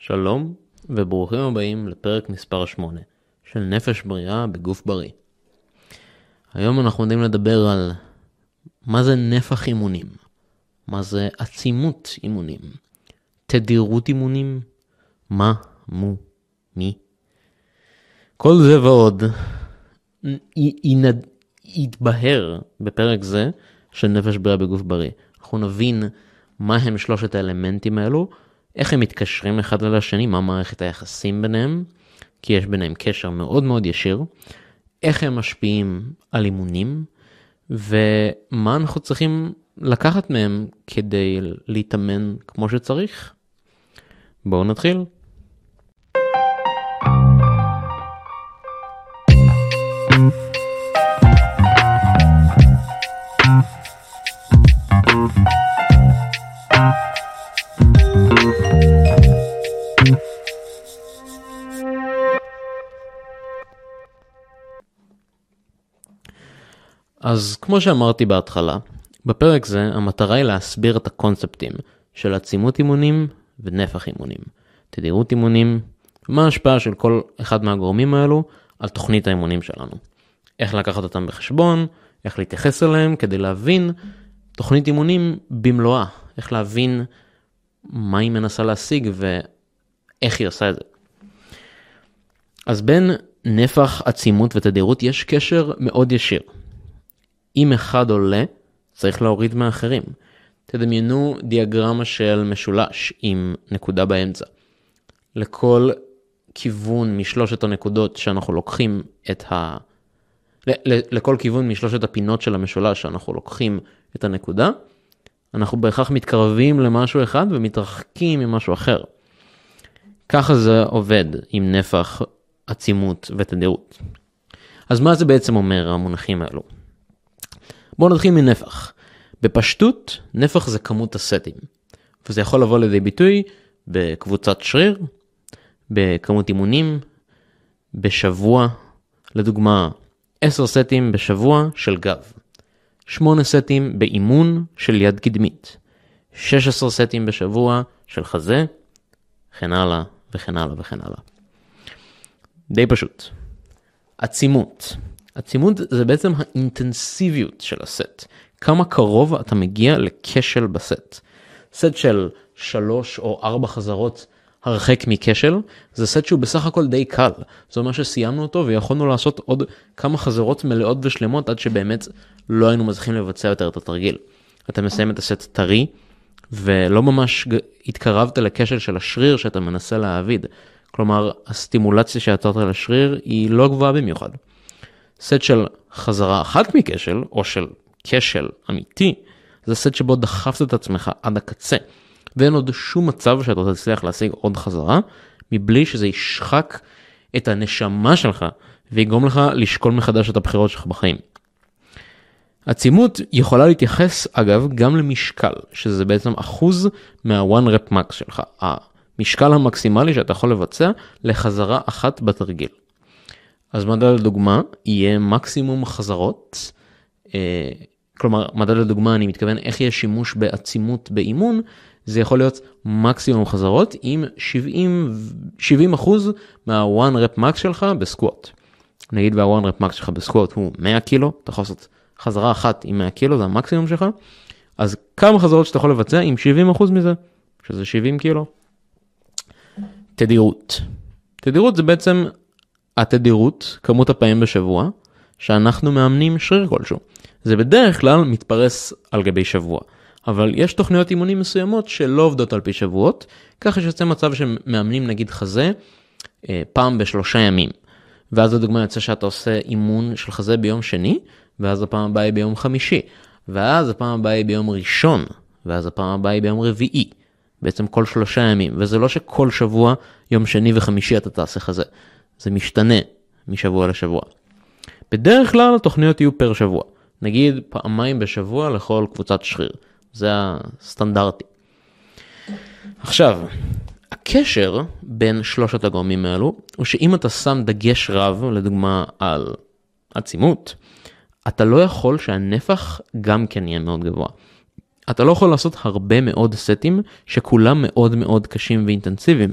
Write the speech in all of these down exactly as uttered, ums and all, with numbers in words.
שלום וברוכים הבאים לפרק מספר שמונה של נפש בריאה בגוף בריא. היום אנחנו עומדים לדבר על מה זה נפח אימונים, מה זה עצימות אימונים, תדירות אימונים, מה, מו, מי. כל זה ועוד יתבהר בפרק זה של נפש בריאה בגוף בריא. אנחנו נבין מה הם שלושת האלמנטים האלו, איך הם מתקשרים אחד לשני, מה מערכת היחסים ביניהם, כי יש ביניהם קשר מאוד מאוד ישיר, איך הם משפיעים על אימונים, ומה אנחנו צריכים לקחת מהם כדי להתאמן כמו שצריך. בואו נתחיל. אז כמו שאמרתי בהתחלה, בפרק זה המטרה היא להסביר את הקונספטים של עצימות אימונים ונפח אימונים, תדירות אימונים, ומה ההשפעה של כל אחד מהגורמים האלו על תוכנית האימונים שלנו. איך לקחת אותם בחשבון, איך להתייחס אליהם כדי להבין תוכנית אימונים במלואה, איך להבין מה היא מנסה להשיג ואיך היא עושה את זה. אז בין נפח, עצימות ותדירות יש קשר מאוד ישיר. אם אחד עולה, צריך להוריד מאחרים. תדמיינו דיאגרמה של משולש עם נקודה באמצע. לכל כיוון משלושת הנקודות שאנחנו לוקחים את ה... לכל כיוון משלושת הפינות של המשולש שאנחנו לוקחים את הנקודה, אנחנו בהכרח מתקרבים למשהו אחד ומתרחקים ממשהו אחר. ככה זה עובד עם נפח, עצימות ותדירות. אז מה זה בעצם אומר המונחים האלו? בואו נתחיל מנפח. בפשטות, נפח זה כמות הסטים. וזה יכול לבוא לידי ביטוי בקבוצת שריר, בכמות אימונים, בשבוע, לדוגמה, עשר סטים בשבוע של גב, שמונה סטים באימון של יד קדמית, שש עשרה סטים בשבוע של חזה, וכן הלאה וכן הלאה וכן הלאה. די פשוט. עצימות. עצימות זה בעצם האינטנסיביות של הסט. כמה קרוב אתה מגיע לכשל בסט. סט של שלוש או ארבע חזרות הרחק מכשל, זה סט שהוא בסך הכל די קל. זה אומר שסיימנו אותו ויכולנו לעשות עוד כמה חזרות מלאות ושלמות עד שבאמת לא היינו מצליחים לבצע יותר את התרגיל. אתה מסיים את הסט טרי ולא ממש התקרבת לכשל של השריר שאתה מנסה להעביד. כלומר, הסטימולציה שיצרת לשריר היא לא גבוהה במיוחד. סט של חזרה אחת מכשל, או של כשל אמיתי, זה סט שבו דחפת את עצמך עד הקצה, ואין עוד שום מצב שאתה תצליח להשיג עוד חזרה, מבלי שזה ישחק את הנשמה שלך, ויגרום לך לשקול מחדש את הבחירות שלך בחיים. עצימות יכולה להתייחס, אגב, גם למשקל, שזה בעצם אחוז מה-one rep max שלך, המשקל המקסימלי שאתה יכול לבצע לחזרה אחת בתרגיל. אז מדד לדוגמה יהיה מקסימום חזרות, אה, כלומר מדד לדוגמה אני מתכוון איך יהיה שימוש בעצימות באימון, זה יכול להיות מקסימום חזרות עם שבעים אחוז מה-one rep max שלך בסקווט. נגיד וה-one rep max שלך בסקווט הוא מאה קילו, אתה יכול לעשות חזרה אחת עם מאה קילו, זה המקסימום שלך, אז כמה חזרות שאתה יכול לבצע עם שבעים אחוז מזה, שזה שבעים קילו. תדירות. תדירות זה בעצם התדירות, כמות הפעמים בשבוע, שאנחנו מאמנים שריר כלשהו. זה בדרך כלל מתפרס על גבי שבוע. אבל יש תוכניות אימונים מסוימות שלא עובדות על פי שבועות, ככה שיוצא מצב שמאמנים נגיד חזה פעם בשלושה ימים. ואז לדוגמה יוצא שאתה עושה אימון של חזה ביום שני, ואז הפעם הבאה היא ביום חמישי, ואז הפעם הבאה היא ביום ראשון, ואז הפעם הבאה היא ביום רביעי. בעצם כל שלושה ימים. וזה לא שכל שבוע, יום שני וחמישי אתה תעשה חזה. זה משתנה משבוע לשבוע. בדרך כלל התוכניות יהיו פר שבוע. נגיד פעמיים בשבוע לכל קבוצת שריר. זה הסטנדרטי. עכשיו, הקשר בין שלושת הגורמים האלו, הוא שאם אתה שם דגש רב, לדוגמה על עצימות, אתה לא יכול שהנפח גם כן יהיה מאוד גבוה. אתה לא יכול לעשות הרבה מאוד סטים שכולם מאוד מאוד קשים ואינטנסיביים,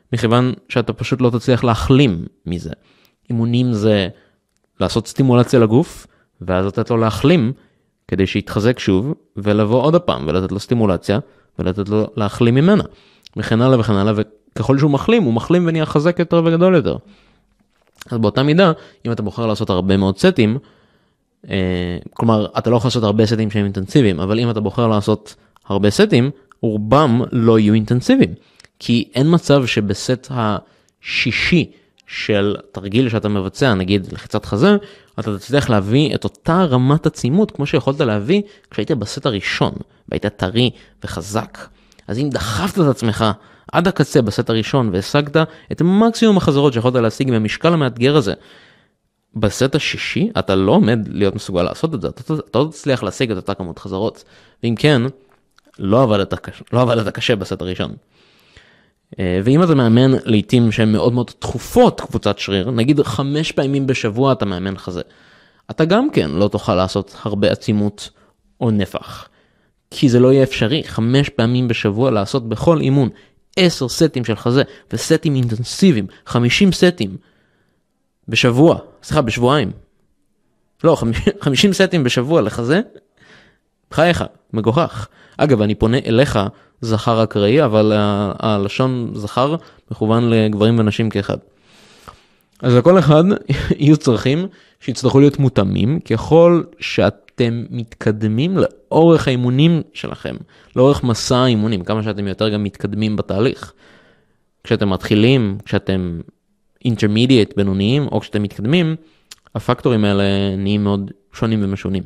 מכיוון שאתה פשוט לא תצליח להחלים מזה. אימונים זה לעשות סטימולציה לגוף, ואז לתת לו להחלים, כדי שיתחזק שוב, ולבוא עוד הפעם, ולתת לו סטימולציה, ולתת לו להחלים ממנה. וכן הלאה וכן הלאה, וככל שהוא מחלים, הוא מחלים ונהיה חזק יותר וגדול יותר. אז באותה מידה, אם אתה בוחר לעשות הרבה מאוד סטים, אה, כלומר, אתה לא יכול לעשות הרבה סטים שהם אינטנסיביים, אבל אם אתה בוחר לעשות הרבה סטים, רובם לא יהיו אינטנסיביים. כי אין מצב שבסט השישי של תרגיל שאתה מבצע, נגיד לחיצת חזה, אתה תצליח להביא את אותה רמת עצימות, כמו שיכולת להביא כשהיית בסט הראשון, והיית טרי וחזק. אז אם דחפת את עצמך עד הקצה בסט הראשון, והשגת את מקסימום החזרות שיכולת להשיג מהמשקל המאתגר הזה, בסט השישי אתה לא עומד להיות מסוגל לעשות את זה, אתה, אתה לא תצליח להשיג את אותה כמות חזרות, ואם כן, לא עבדת קשה, לא עבדת קשה בסט הראשון. ואם אתה מאמן לעתים שהן מאוד מאוד תכופות קבוצת שריר, נגיד חמש פעמים בשבוע אתה מאמן חזה, אתה גם כן לא תוכל לעשות הרבה עצימות או נפח, כי זה לא יהיה אפשרי, חמש פעמים בשבוע לעשות בכל אימון, עשר סטים של חזה, וסטים אינטנסיביים, חמישים סטים בשבוע, סליחה, בשבועיים, לא, חמישים סטים בשבוע לחזה, חייך, מגוחך. אגב, אני פונה אליך, זכר אקראי, אבל הלשון זכר מכוון לגברים ונשים כאחד. אז לכל אחד יהיו צרכים שיצטרכו להיות מותאמים, ככל שאתם מתקדמים לאורך האימונים שלכם, לאורך מסע האימונים, כמה שאתם יותר גם מתקדמים בתהליך. כשאתם מתחילים, כשאתם intermediate בינוניים, או כשאתם מתקדמים, הפקטורים האלה נהיים מאוד שונים ומשונים.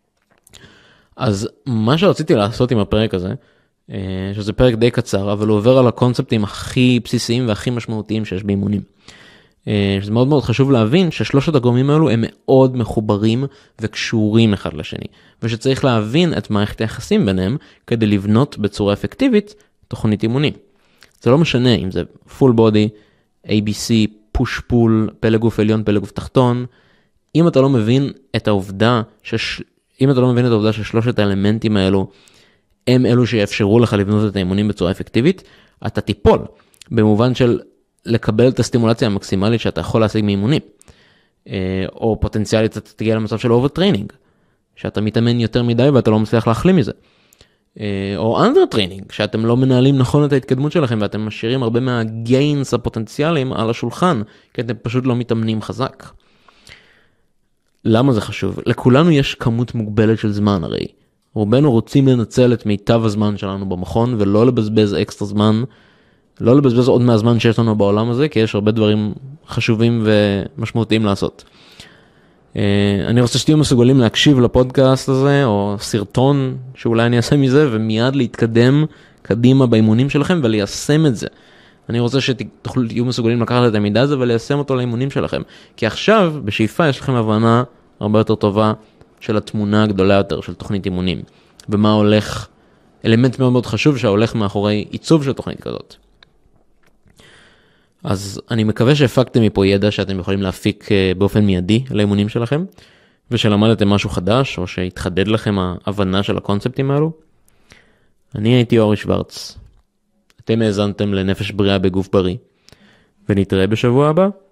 אז מה שרציתי לעשות עם הפרק הזה, שזה פרק די קצר, אבל הוא עובר על הקונספטים הכי בסיסיים והכי משמעותיים שיש באימונים. שזה מאוד מאוד חשוב להבין ששלושת הגורמים האלו הם מאוד מחוברים וקשורים אחד לשני, ושצריך להבין את מערכת היחסים ביניהם כדי לבנות בצורה אפקטיבית תוכנית אימונים. זה לא משנה אם זה full body, איי בי סי, push pull, פלג גוף עליון, פלג גוף תחתון. אם אתה לא מבין את העובדה שש... אם אתה לא מבין את העובדה ששלושת האלמנטים האלו הם אלו שיאפשרו לך לבנות את האימונים בצורה אפקטיבית, אתה תיפול במובן של לקבל את הסטימולציה המקסימלית שאתה יכול להשיג מאימונים, או פוטנציאלית אתה תגיע למצב של אוברטריינינג, שאתה מתאמן יותר מדי ואתה לא מצליח להחלים מזה, או אנדרטריינינג, שאתם לא מנהלים נכון את ההתקדמות שלכם ואתם משאירים הרבה מהגיינס הפוטנציאליים על השולחן, כי אתם פשוט לא מתאמנים חזק. למה זה חשוב? לכולנו יש כמות מוגבלת של זמן, הרי רובנו רוצים לנצל את מיטב הזמן שלנו במכון ולא לבזבז אקסטרה זמן, לא לבזבז עוד מהזמן שיש לנו בעולם הזה, כי יש הרבה דברים חשובים ומשמעותיים לעשות. אני רוצה שתהיו מסוגלים להקשיב לפודקאסט הזה, או סרטון שאולי אני אעשה מזה, ומיד להתקדם קדימה באימונים שלכם וליישם את זה. אני רוצה שתהיו מסוגלים לקחת את המידע הזה וליישם אותו לאימונים שלכם. כי עכשיו, בשאיפה, יש לכם הבנה הרבה יותר טובה של התמונה הגדולה יותר של תוכנית אימונים. ומה הולך, אלמנט מאוד מאוד חשוב שהולך מאחורי עיצוב של תוכנית כזאת. אז אני מקווה שהפקתם מפה ידע שאתם יכולים להפיק באופן מיידי לאימונים שלכם, ושלמדתם משהו חדש, או שהתחדד לכם ההבנה של הקונספטים האלו. אני הייתי אורי שוורץ. אתם האזנתם לנפש בריאה בגוף בריא, ונתראה בשבוע הבא.